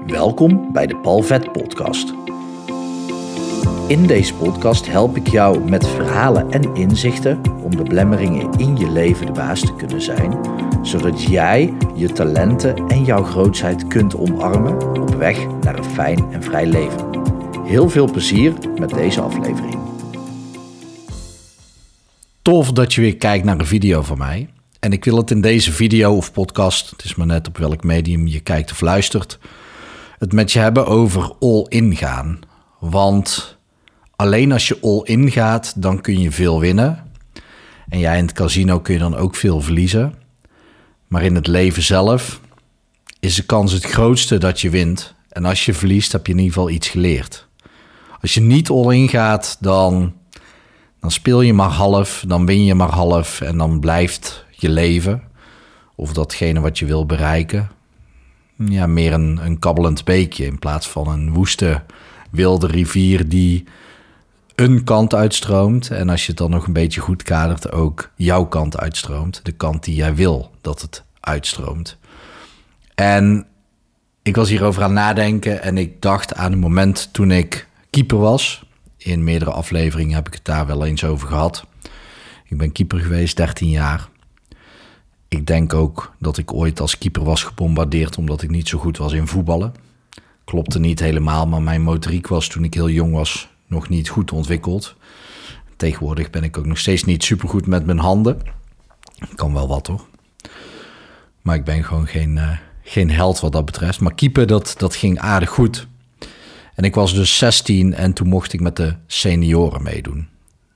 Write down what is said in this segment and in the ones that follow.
Welkom bij de Paul Vet Podcast. In deze podcast help ik jou met verhalen en inzichten om de belemmeringen in je leven de baas te kunnen zijn, zodat jij je talenten en jouw grootsheid kunt omarmen op weg naar een fijn en vrij leven. Heel veel plezier met deze aflevering. Tof dat je weer kijkt naar een video van mij. En ik wil het in deze video of podcast, het is maar net op welk medium je kijkt of luistert, het met je hebben over all-in gaan. Want alleen als je all-in gaat, dan kun je veel winnen. En ja, in het casino kun je dan ook veel verliezen. Maar in het leven zelf is de kans het grootste dat je wint. En als je verliest, heb je in ieder geval iets geleerd. Als je niet all-in gaat, dan speel je maar half, dan win je maar half en dan blijft je leven, of datgene wat je wil bereiken, ja, meer een kabbelend beekje in plaats van een woeste wilde rivier die een kant uitstroomt. En als je het dan nog een beetje goed kadert, ook jouw kant uitstroomt. De kant die jij wil dat het uitstroomt. En ik was hierover aan het nadenken en ik dacht aan een moment toen ik keeper was. In meerdere afleveringen heb ik het daar wel eens over gehad. Ik ben keeper geweest, 13 jaar. Ik denk ook dat ik ooit als keeper was gebombardeerd omdat ik niet zo goed was in voetballen. Klopte niet helemaal, maar mijn motoriek was toen ik heel jong was nog niet goed ontwikkeld. Tegenwoordig ben ik ook nog steeds niet supergoed met mijn handen. Kan wel wat hoor. Maar ik ben gewoon geen held wat dat betreft. Maar keeper, dat ging aardig goed. En ik was dus 16 en toen mocht ik met de senioren meedoen.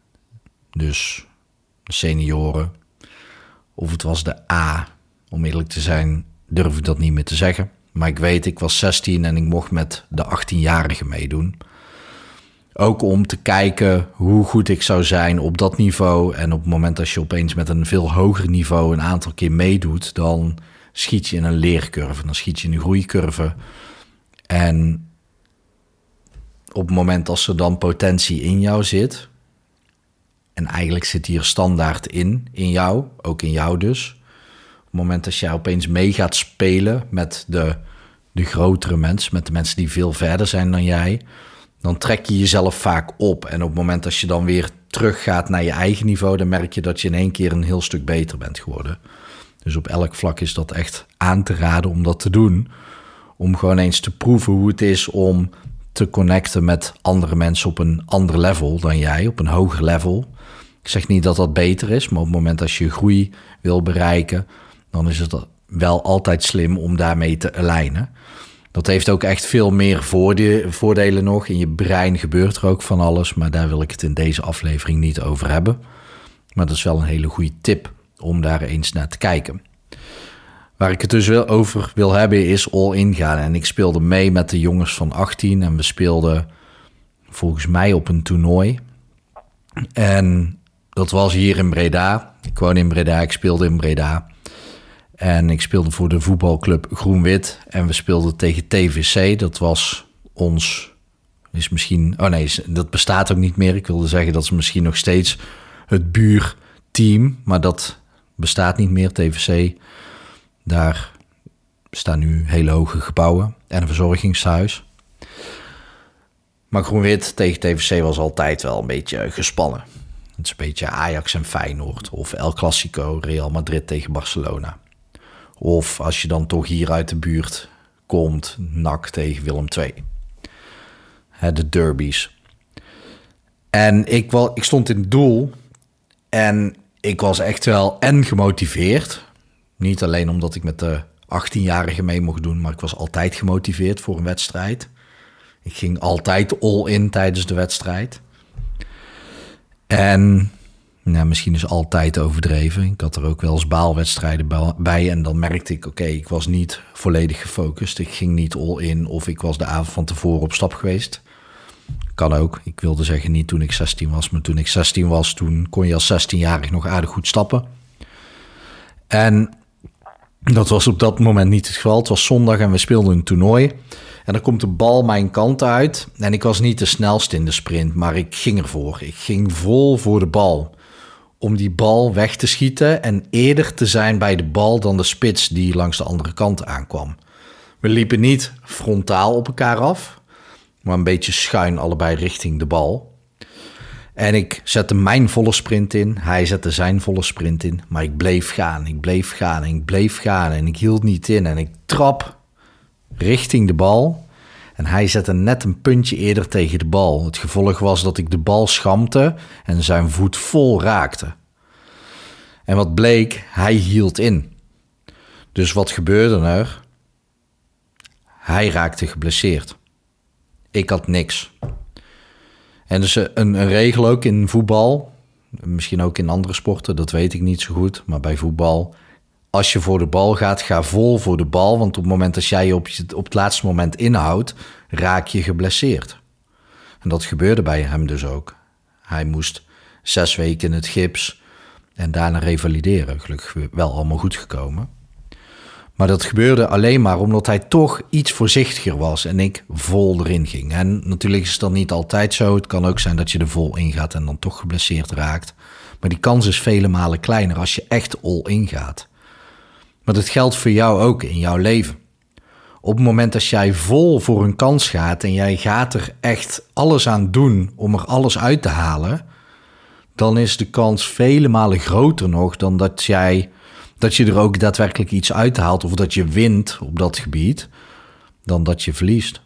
Dus de senioren, of het was de A, om eerlijk te zijn, durf ik dat niet meer te zeggen. Maar ik weet, ik was 16 en ik mocht met de 18-jarigen meedoen. Ook om te kijken hoe goed ik zou zijn op dat niveau. En op het moment dat je opeens met een veel hoger niveau een aantal keer meedoet, dan schiet je in een leercurve, dan schiet je in een groeicurve. En op het moment als er dan potentie in jou zit, en eigenlijk zit hier standaard in jou, ook in jou dus. Op het moment dat jij opeens mee gaat spelen met de grotere mensen, met de mensen die veel verder zijn dan jij, dan trek je jezelf vaak op. En op het moment dat je dan weer teruggaat naar je eigen niveau, dan merk je dat je in één keer een heel stuk beter bent geworden. Dus op elk vlak is dat echt aan te raden om dat te doen. Om gewoon eens te proeven hoe het is om te connecten met andere mensen op een ander level dan jij, op een hoger level. Ik zeg niet dat dat beter is, maar op het moment dat je groei wil bereiken, dan is het wel altijd slim om daarmee te alignen. Dat heeft ook echt veel meer voordelen nog. In je brein gebeurt er ook van alles, maar daar wil ik het in deze aflevering niet over hebben. Maar dat is wel een hele goede tip om daar eens naar te kijken. Waar ik het dus wel over wil hebben is all-in gaan. En ik speelde mee met de jongens van 18 en we speelden volgens mij op een toernooi. En dat was hier in Breda. Ik woon in Breda, ik speelde in Breda. En ik speelde voor de voetbalclub Groen-Wit. En we speelden tegen TVC. Dat was ons, is misschien, oh nee, dat bestaat ook niet meer. Ik wilde zeggen dat is misschien nog steeds het buurteam. Maar dat bestaat niet meer, TVC. Daar staan nu hele hoge gebouwen en een verzorgingshuis. Maar Groen-Wit tegen TVC was altijd wel een beetje gespannen. Het is een beetje Ajax en Feyenoord of El Clasico, Real Madrid tegen Barcelona. Of als je dan toch hier uit de buurt komt, NAC tegen Willem II. De derbies. En ik stond in het doel en ik was echt wel gemotiveerd. Niet alleen omdat ik met de 18-jarigen mee mocht doen, maar ik was altijd gemotiveerd voor een wedstrijd. Ik ging altijd all-in tijdens de wedstrijd. En misschien is altijd overdreven. Ik had er ook wel eens baalwedstrijden bij en dan merkte ik, oké, ik was niet volledig gefocust. Ik ging niet all-in of ik was de avond van tevoren op stap geweest. Kan ook. Ik wilde zeggen niet toen ik 16 was, maar toen ik 16 was, toen kon je als 16-jarig nog aardig goed stappen. En dat was op dat moment niet het geval. Het was zondag en we speelden een toernooi. En dan komt de bal mijn kant uit. En ik was niet de snelste in de sprint, maar ik ging ervoor. Ik ging vol voor de bal. Om die bal weg te schieten en eerder te zijn bij de bal dan de spits die langs de andere kant aankwam. We liepen niet frontaal op elkaar af, maar een beetje schuin allebei richting de bal. En ik zette mijn volle sprint in, hij zette zijn volle sprint in. Maar ik bleef gaan, ik bleef gaan en ik bleef gaan en ik hield niet in. En ik trap richting de bal en hij zette net een puntje eerder tegen de bal. Het gevolg was dat ik de bal schampte en zijn voet vol raakte. En wat bleek, hij hield in. Dus wat gebeurde er? Hij raakte geblesseerd. Ik had niks. En dus een regel ook in voetbal, misschien ook in andere sporten, dat weet ik niet zo goed. Maar bij voetbal, als je voor de bal gaat, ga vol voor de bal. Want op het moment dat jij je op het laatste moment inhoudt, raak je geblesseerd. En dat gebeurde bij hem dus ook. Hij moest 6 weken in het gips en daarna revalideren. Gelukkig wel allemaal goed gekomen. Maar dat gebeurde alleen maar omdat hij toch iets voorzichtiger was en ik vol erin ging. En natuurlijk is dat niet altijd zo. Het kan ook zijn dat je er vol in gaat en dan toch geblesseerd raakt. Maar die kans is vele malen kleiner als je echt all in gaat. Maar dat geldt voor jou ook in jouw leven. Op het moment dat jij vol voor een kans gaat en jij gaat er echt alles aan doen om er alles uit te halen, dan is de kans vele malen groter nog dan dat je er ook daadwerkelijk iets uithaalt of dat je wint op dat gebied, dan dat je verliest.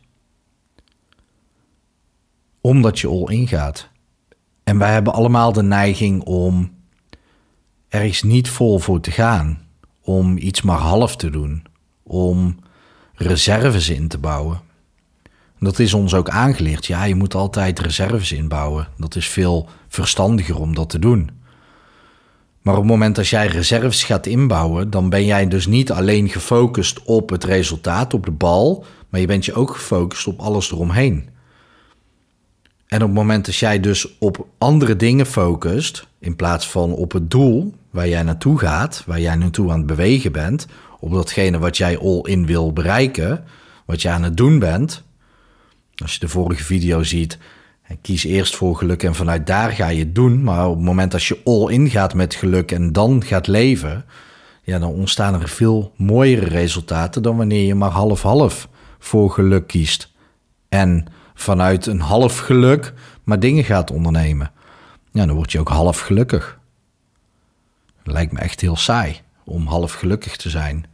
Omdat je all in gaat. En wij hebben allemaal de neiging om ergens niet vol voor te gaan. Om iets maar half te doen. Om reserves in te bouwen. Dat is ons ook aangeleerd. Ja, je moet altijd reserves inbouwen. Dat is veel verstandiger om dat te doen. Maar op het moment dat jij reserves gaat inbouwen, dan ben jij dus niet alleen gefocust op het resultaat, op de bal, maar je bent je ook gefocust op alles eromheen. En op het moment dat jij dus op andere dingen focust, in plaats van op het doel waar jij naartoe gaat, waar jij naartoe aan het bewegen bent, op datgene wat jij all in wil bereiken, wat je aan het doen bent. Als je de vorige video ziet, kies eerst voor geluk en vanuit daar ga je het doen. Maar op het moment dat je all in gaat met geluk en dan gaat leven, ja, dan ontstaan er veel mooiere resultaten dan wanneer je maar half-half voor geluk kiest. En vanuit een half geluk maar dingen gaat ondernemen. Ja, dan word je ook half gelukkig. Het lijkt me echt heel saai om half gelukkig te zijn.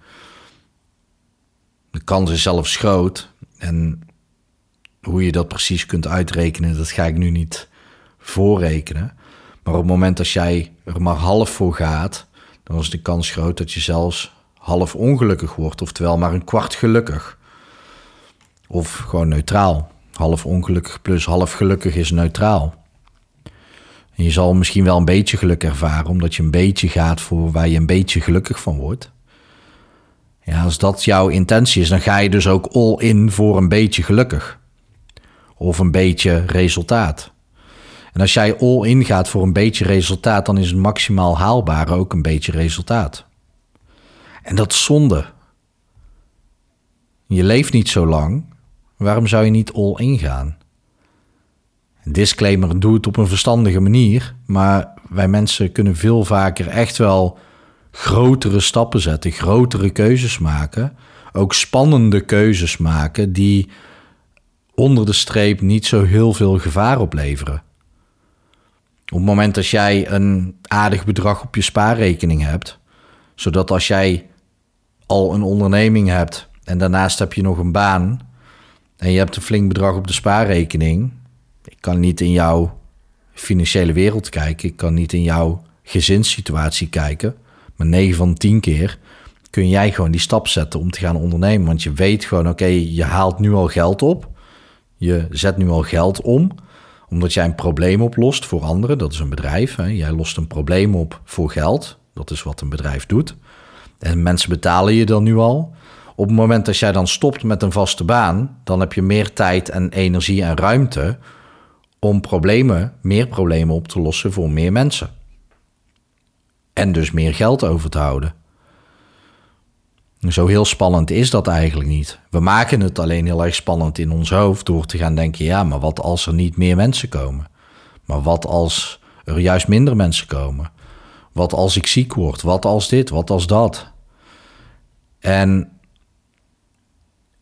De kans is zelfs groot en hoe je dat precies kunt uitrekenen, dat ga ik nu niet voorrekenen. Maar op het moment dat jij er maar half voor gaat, dan is de kans groot dat je zelfs half ongelukkig wordt. Oftewel maar een kwart gelukkig. Of gewoon neutraal. Half ongelukkig plus half gelukkig is neutraal. En je zal misschien wel een beetje geluk ervaren, omdat je een beetje gaat voor waar je een beetje gelukkig van wordt. Ja, als dat jouw intentie is, dan ga je dus ook all in voor een beetje gelukkig. Of een beetje resultaat. En als jij all in gaat voor een beetje resultaat, dan is het maximaal haalbare ook een beetje resultaat. En dat is zonde. Je leeft niet zo lang. Waarom zou je niet all in gaan? Disclaimer, doe het op een verstandige manier. Maar wij mensen kunnen veel vaker echt wel grotere stappen zetten. Grotere keuzes maken. Ook spannende keuzes maken die onder de streep niet zo heel veel gevaar opleveren. Op het moment dat jij een aardig bedrag op je spaarrekening hebt, zodat als jij al een onderneming hebt en daarnaast heb je nog een baan en je hebt een flink bedrag op de spaarrekening, ik kan niet in jouw financiële wereld kijken, ik kan niet in jouw gezinssituatie kijken, maar 9 van 10 keer kun jij gewoon die stap zetten om te gaan ondernemen, want je weet gewoon, oké, je haalt nu al geld op. Je zet nu al geld om, omdat jij een probleem oplost voor anderen. Dat is een bedrijf. Hè? Jij lost een probleem op voor geld. Dat is wat een bedrijf doet. En mensen betalen je dan nu al. Op het moment dat jij dan stopt met een vaste baan, dan heb je meer tijd en energie en ruimte om meer problemen op te lossen voor meer mensen. En dus meer geld over te houden. Zo heel spannend is dat eigenlijk niet. We maken het alleen heel erg spannend in ons hoofd door te gaan denken, ja, maar wat als er niet meer mensen komen? Maar wat als er juist minder mensen komen? Wat als ik ziek word? Wat als dit? Wat als dat? En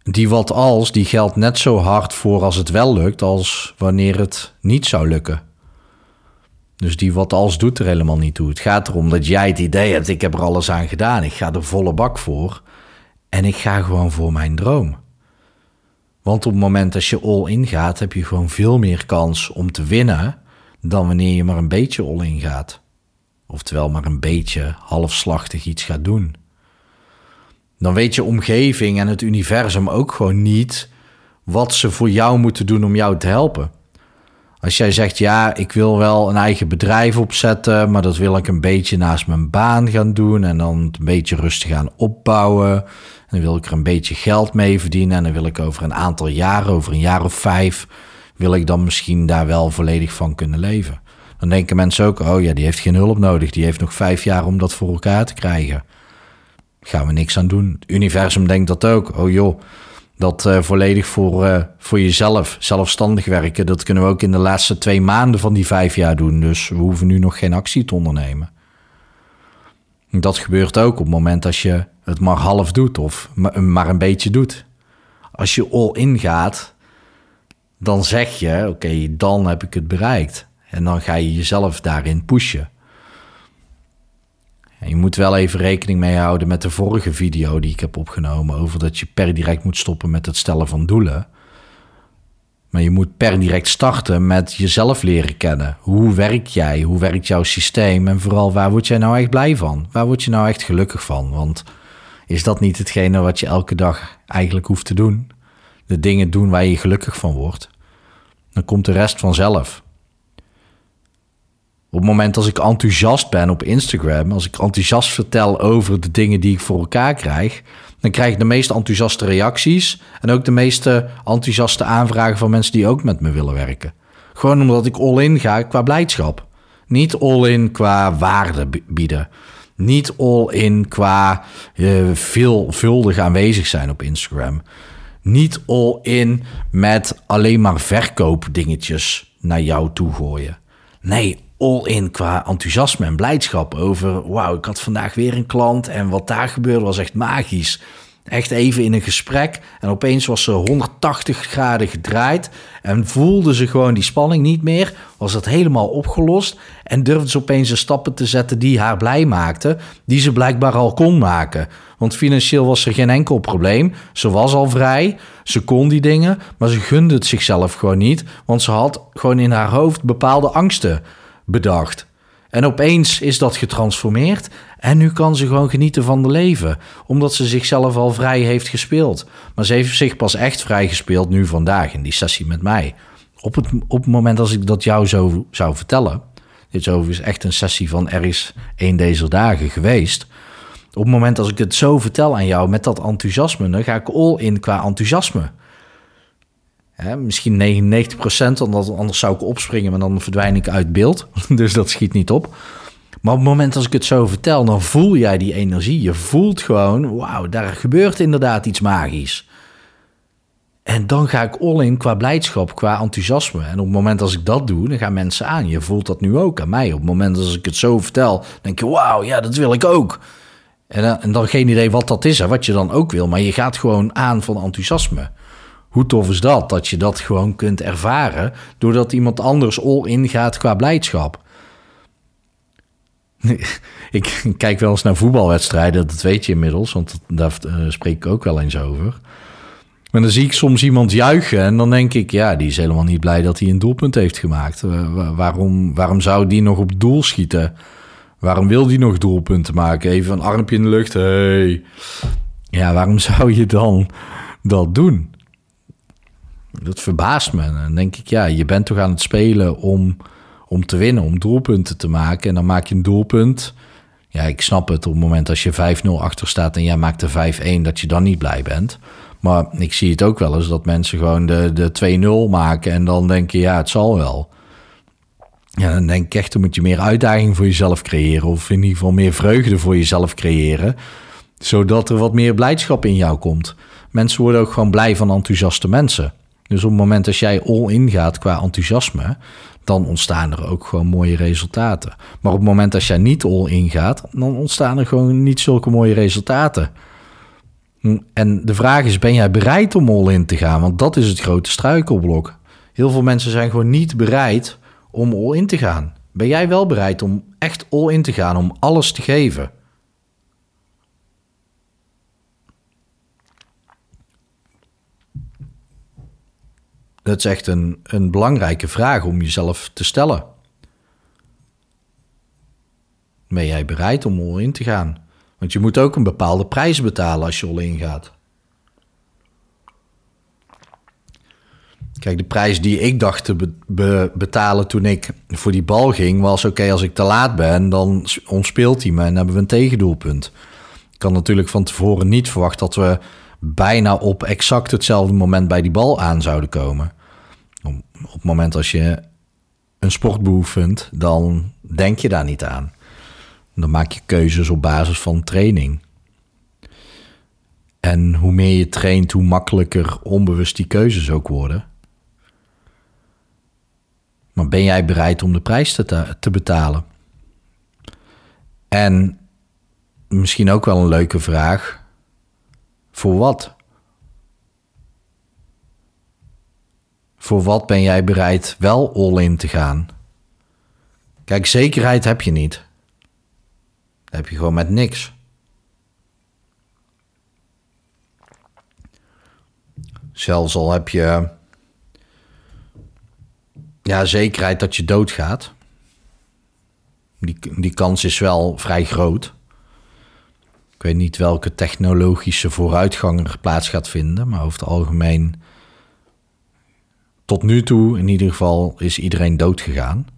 Die wat als, die geldt net zo hard voor als het wel lukt als wanneer het niet zou lukken. Dus die wat als doet er helemaal niet toe. Het gaat erom dat jij het idee hebt, ik heb er alles aan gedaan. Ik ga er volle bak voor en ik ga gewoon voor mijn droom. Want op het moment dat je all-in gaat, heb je gewoon veel meer kans om te winnen dan wanneer je maar een beetje all-in gaat. Oftewel maar een beetje halfslachtig iets gaat doen. Dan weet je omgeving en het universum ook gewoon niet wat ze voor jou moeten doen om jou te helpen. Als jij zegt, ja, ik wil wel een eigen bedrijf opzetten, maar dat wil ik een beetje naast mijn baan gaan doen en dan een beetje rustig gaan opbouwen. En dan wil ik er een beetje geld mee verdienen en dan wil ik over een aantal jaren, over een jaar of 5, wil ik dan misschien daar wel volledig van kunnen leven. Dan denken mensen ook, oh ja, die heeft geen hulp nodig, die heeft nog 5 jaar om dat voor elkaar te krijgen. Gaan we niks aan doen. Het universum denkt dat ook. Oh joh, dat volledig voor jezelf, zelfstandig werken, dat kunnen we ook in de laatste 2 maanden van die 5 jaar doen. Dus we hoeven nu nog geen actie te ondernemen. Dat gebeurt ook op het moment als je het maar half doet of maar een beetje doet. Als je all-in gaat, dan zeg je, oké, dan heb ik het bereikt. En dan ga je jezelf daarin pushen. En je moet wel even rekening mee houden met de vorige video die ik heb opgenomen over dat je per direct moet stoppen met het stellen van doelen. Maar je moet per direct starten met jezelf leren kennen. Hoe werk jij? Hoe werkt jouw systeem? En vooral, waar word jij nou echt blij van? Waar word je nou echt gelukkig van? Want is dat niet hetgene wat je elke dag eigenlijk hoeft te doen? De dingen doen waar je gelukkig van wordt. Dan komt de rest vanzelf. Op het moment als ik enthousiast ben op Instagram, als ik enthousiast vertel over de dingen die ik voor elkaar krijg, dan krijg ik de meest enthousiaste reacties en ook de meeste enthousiaste aanvragen van mensen die ook met me willen werken. Gewoon omdat ik all-in ga qua blijdschap. Niet all-in qua waarde bieden. Niet all-in qua veelvuldig aanwezig zijn op Instagram. Niet all-in met alleen maar verkoopdingetjes naar jou toe gooien. Nee, all-in qua enthousiasme en blijdschap over, wauw, ik had vandaag weer een klant en wat daar gebeurde was echt magisch. Echt even in een gesprek en opeens was ze 180 graden gedraaid en voelde ze gewoon die spanning niet meer, was dat helemaal opgelost en durfde ze opeens de stappen te zetten die haar blij maakten, die ze blijkbaar al kon maken. Want financieel was er geen enkel probleem, ze was al vrij, ze kon die dingen, maar ze gunde het zichzelf gewoon niet, want ze had gewoon in haar hoofd bepaalde angsten bedacht. En opeens is dat getransformeerd en nu kan ze gewoon genieten van de leven, omdat ze zichzelf al vrij heeft gespeeld. Maar ze heeft zich pas echt vrij gespeeld nu vandaag in die sessie met mij. Op het moment als ik dat jou zo zou vertellen, dit is overigens echt een sessie van er is 1 deze dagen geweest. Op het moment als ik het zo vertel aan jou met dat enthousiasme, dan ga ik all in qua enthousiasme. Misschien 99%, anders zou ik opspringen, maar dan verdwijn ik uit beeld. Dus dat schiet niet op. Maar op het moment als ik het zo vertel, dan voel jij die energie. Je voelt gewoon, wauw, daar gebeurt inderdaad iets magisch. En dan ga ik all in qua blijdschap, qua enthousiasme. En op het moment als ik dat doe, dan gaan mensen aan. Je voelt dat nu ook aan mij. Op het moment als ik het zo vertel, denk je, wauw, ja, dat wil ik ook. En dan geen idee wat dat is, wat je dan ook wil. Maar je gaat gewoon aan van enthousiasme. Hoe tof is dat? Dat je dat gewoon kunt ervaren doordat iemand anders all-in gaat qua blijdschap. Ik kijk wel eens naar voetbalwedstrijden, dat weet je inmiddels, want daar spreek ik ook wel eens over. Maar dan zie ik soms iemand juichen en dan denk ik, ja, die is helemaal niet blij dat hij een doelpunt heeft gemaakt. Waarom zou die nog op doel schieten? Waarom wil die nog doelpunten maken? Even een armpje in de lucht, hey. Ja, waarom zou je dan dat doen? Dat verbaast me. En dan denk ik, ja, je bent toch aan het spelen om te winnen, om doelpunten te maken. En dan maak je een doelpunt. Ja, ik snap het op het moment als je 5-0 achter staat en jij maakt de 5-1, dat je dan niet blij bent. Maar ik zie het ook wel eens dat mensen gewoon de 2-0 maken en dan denken, ja, het zal wel. Ja, dan denk ik echt, dan moet je meer uitdaging voor jezelf creëren. Of in ieder geval meer vreugde voor jezelf creëren. Zodat er wat meer blijdschap in jou komt. Mensen worden ook gewoon blij van enthousiaste mensen. Dus op het moment dat jij all-in gaat qua enthousiasme, dan ontstaan er ook gewoon mooie resultaten. Maar op het moment dat jij niet all-in gaat, dan ontstaan er gewoon niet zulke mooie resultaten. En de vraag is, ben jij bereid om all in te gaan? Want dat is het grote struikelblok. Heel veel mensen zijn gewoon niet bereid om all in te gaan. Ben jij wel bereid om echt all in te gaan, om alles te geven? Dat is echt een belangrijke vraag om jezelf te stellen. Ben jij bereid om all in te gaan? Want je moet ook een bepaalde prijs betalen als je all in gaat. Kijk, de prijs die ik dacht te betalen toen ik voor die bal ging... was oké, als ik te laat ben, dan ontspeelt hij me en hebben we een tegendoelpunt. Ik kan natuurlijk van tevoren niet verwachten dat we bijna op exact hetzelfde moment bij die bal aan zouden komen. Op het moment als je een sport beoefent, dan denk je daar niet aan. Dan maak je keuzes op basis van training. En hoe meer je traint, hoe makkelijker onbewust die keuzes ook worden. Maar ben jij bereid om de prijs te betalen? En misschien ook wel een leuke vraag. Voor wat? Voor wat ben jij bereid wel all in te gaan? Kijk, zekerheid heb je niet. Dat heb je gewoon met niks. Zelfs al heb je zekerheid dat je doodgaat. Die kans is wel vrij groot. Ik weet niet welke technologische vooruitgang er plaats gaat vinden, maar over het algemeen, tot nu toe in ieder geval, is iedereen dood gegaan.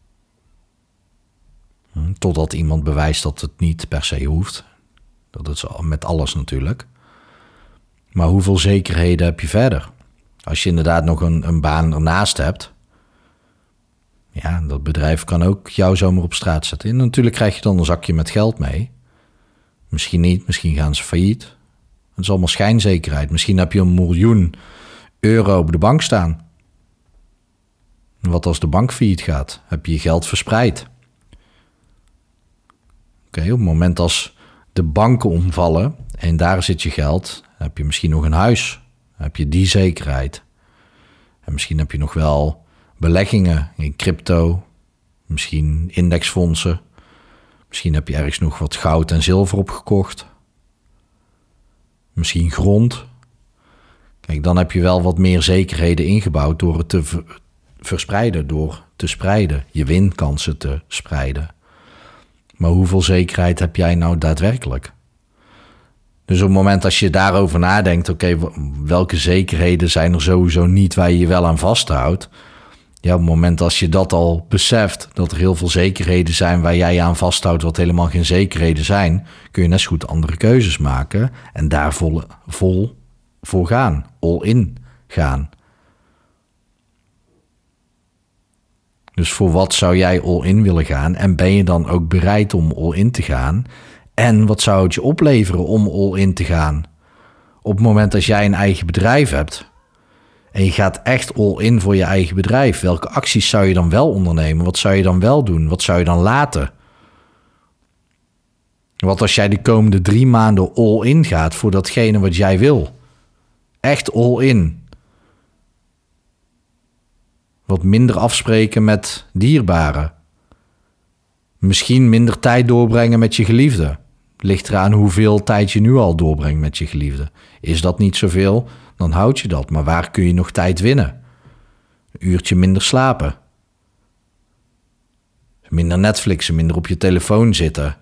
Totdat iemand bewijst dat het niet per se hoeft. Dat is met alles natuurlijk. Maar hoeveel zekerheden heb je verder? Als je inderdaad nog een baan ernaast hebt, ja, dat bedrijf kan ook jou zomaar op straat zetten. En natuurlijk krijg je dan een zakje met geld mee. Misschien niet, misschien gaan ze failliet. Het is allemaal schijnzekerheid. Misschien heb je €1 miljoen op de bank staan. En wat als de bank failliet gaat? Heb je je geld verspreid? Oké, op het moment als de banken omvallen en daar zit je geld, heb je misschien nog een huis. Heb je die zekerheid. En misschien heb je nog wel beleggingen in crypto, misschien indexfondsen. Misschien heb je ergens nog wat goud en zilver opgekocht. Misschien grond. Kijk, dan heb je wel wat meer zekerheden ingebouwd door het te verspreiden, door te spreiden, je winkansen te spreiden. Maar hoeveel zekerheid heb jij nou daadwerkelijk? Dus op het moment als je daarover nadenkt, oké, welke zekerheden zijn er sowieso niet waar je je wel aan vasthoudt? Ja, op het moment als je dat al beseft, dat er heel veel zekerheden zijn waar jij je aan vasthoudt, wat helemaal geen zekerheden zijn, kun je net zo goed andere keuzes maken en daar vol voor gaan, all in gaan. Dus voor wat zou jij all in willen gaan? En ben je dan ook bereid om all in te gaan? En wat zou het je opleveren om all in te gaan? Op het moment dat jij een eigen bedrijf hebt en je gaat echt all in voor je eigen bedrijf, welke acties zou je dan wel ondernemen? Wat zou je dan wel doen? Wat zou je dan laten? Wat als jij de komende 3 maanden all in gaat voor datgene wat jij wil? Echt all in. Wat minder afspreken met dierbaren. Misschien minder tijd doorbrengen met je geliefde. Ligt eraan hoeveel tijd je nu al doorbrengt met je geliefde. Is dat niet zoveel, dan houd je dat. Maar waar kun je nog tijd winnen? Een uurtje minder slapen. Minder Netflixen, minder op je telefoon zitten.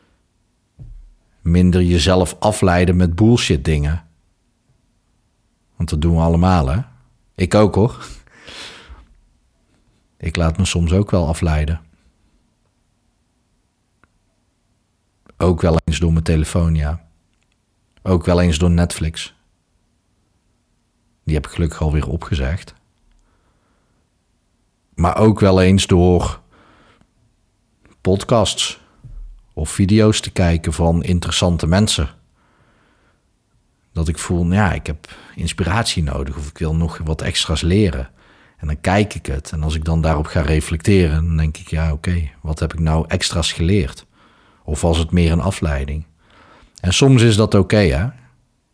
Minder jezelf afleiden met bullshit dingen. Want dat doen we allemaal, hè? Ik ook, hoor. Ik laat me soms ook wel afleiden. Ook wel eens door mijn telefoon, ja. Ook wel eens door Netflix. Die heb ik gelukkig alweer opgezegd. Maar ook wel eens door podcasts of video's te kijken van interessante mensen. Dat ik voel, ja, ik heb inspiratie nodig of ik wil nog wat extra's leren. En dan kijk ik het. En als ik dan daarop ga reflecteren, dan denk ik, ja, oké, wat heb ik nou extra's geleerd? Of was het meer een afleiding? En soms is dat oké, hè?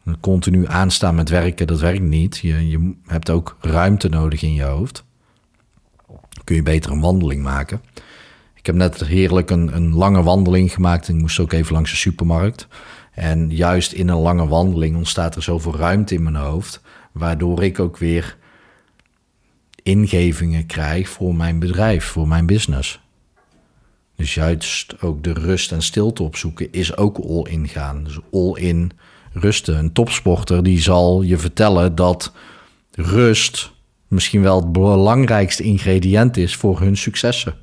Continu aanstaan met werken, dat werkt niet. Je hebt ook ruimte nodig in je hoofd. Kun je beter een wandeling maken. Ik heb net heerlijk een lange wandeling gemaakt. Ik moest ook even langs de supermarkt. En juist in een lange wandeling ontstaat er zoveel ruimte in mijn hoofd, waardoor ik ook weer ingevingen krijg voor mijn bedrijf, voor mijn business. Dus juist ook de rust en stilte opzoeken is ook all-in gaan. Dus all-in rusten. Een topsporter die zal je vertellen dat rust misschien wel het belangrijkste ingrediënt is voor hun successen.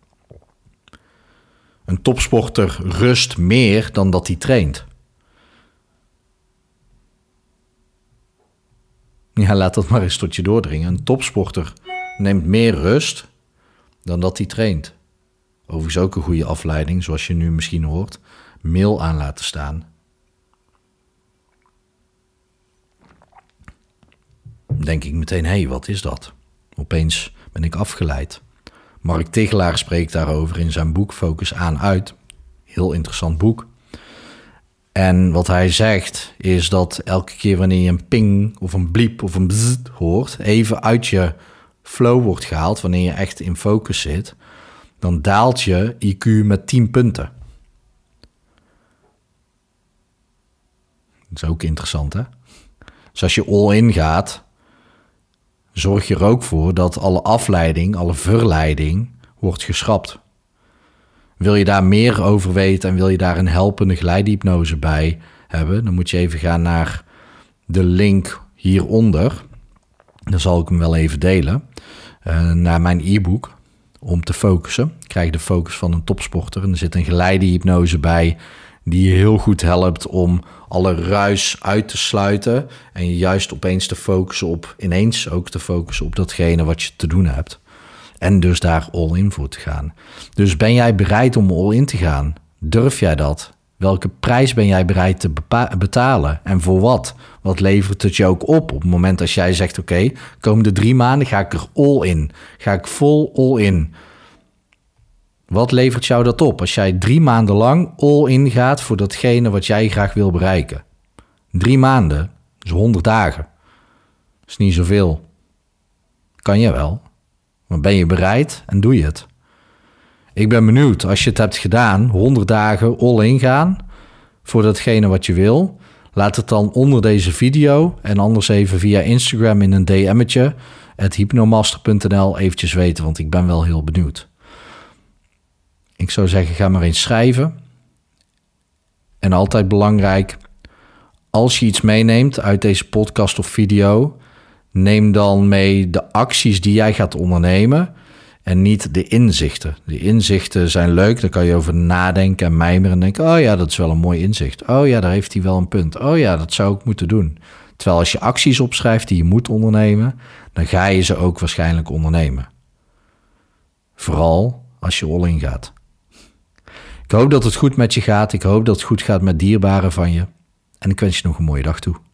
Een topsporter rust meer dan dat hij traint. Ja, laat dat maar eens tot je doordringen. Een topsporter neemt meer rust dan dat hij traint. Overigens ook een goede afleiding, zoals je nu misschien hoort. Mail aan laten staan. Denk ik meteen, hé, wat is dat? Opeens ben ik afgeleid. Mark Tichelaar spreekt daarover in zijn boek Focus aan uit. Heel interessant boek. En wat hij zegt is dat elke keer wanneer je een ping of een bliep of een bzzz hoort, even uit je flow wordt gehaald, wanneer je echt in focus zit, dan daalt je IQ met 10 punten. Dat is ook interessant, hè? Dus als je all-in gaat, zorg je er ook voor dat alle afleiding, alle verleiding wordt geschrapt. Wil je daar meer over weten en wil je daar een helpende geleidhypnose bij hebben, dan moet je even gaan naar de link hieronder. Dan zal ik hem wel even delen. Naar mijn e-book om te focussen. Krijg je de focus van een topsporter. En er zit een geleidhypnose bij die je heel goed helpt om alle ruis uit te sluiten en je juist opeens te focussen op, ineens ook te focussen op datgene wat je te doen hebt. En dus daar all-in voor te gaan. Dus ben jij bereid om all-in te gaan? Durf jij dat? Welke prijs ben jij bereid te betalen? En voor wat? Wat levert het je ook op het moment als jij zegt, oké, komende 3 maanden ga ik er all-in. Ga ik vol all-in. Wat levert jou dat op als jij 3 maanden lang all-in gaat voor datgene wat jij graag wil bereiken? 3 maanden, dus 100 dagen. Dat is niet zoveel. Kan je wel. Maar ben je bereid en doe je het? Ik ben benieuwd, als je het hebt gedaan, 100 dagen all-in gaan voor datgene wat je wil. Laat het dan onder deze video en anders even via Instagram in een DM'tje @hypnomaster.nl eventjes weten, want ik ben wel heel benieuwd. Ik zou zeggen, ga maar eens schrijven. En altijd belangrijk, als je iets meeneemt uit deze podcast of video, neem dan mee de acties die jij gaat ondernemen en niet de inzichten. De inzichten zijn leuk, daar kan je over nadenken en mijmeren en denken, oh ja, dat is wel een mooi inzicht. Oh ja, daar heeft hij wel een punt. Oh ja, dat zou ik moeten doen. Terwijl als je acties opschrijft die je moet ondernemen, dan ga je ze ook waarschijnlijk ondernemen. Vooral als je all-in gaat. Ik hoop dat het goed met je gaat. Ik hoop dat het goed gaat met dierbaren van je. En ik wens je nog een mooie dag toe.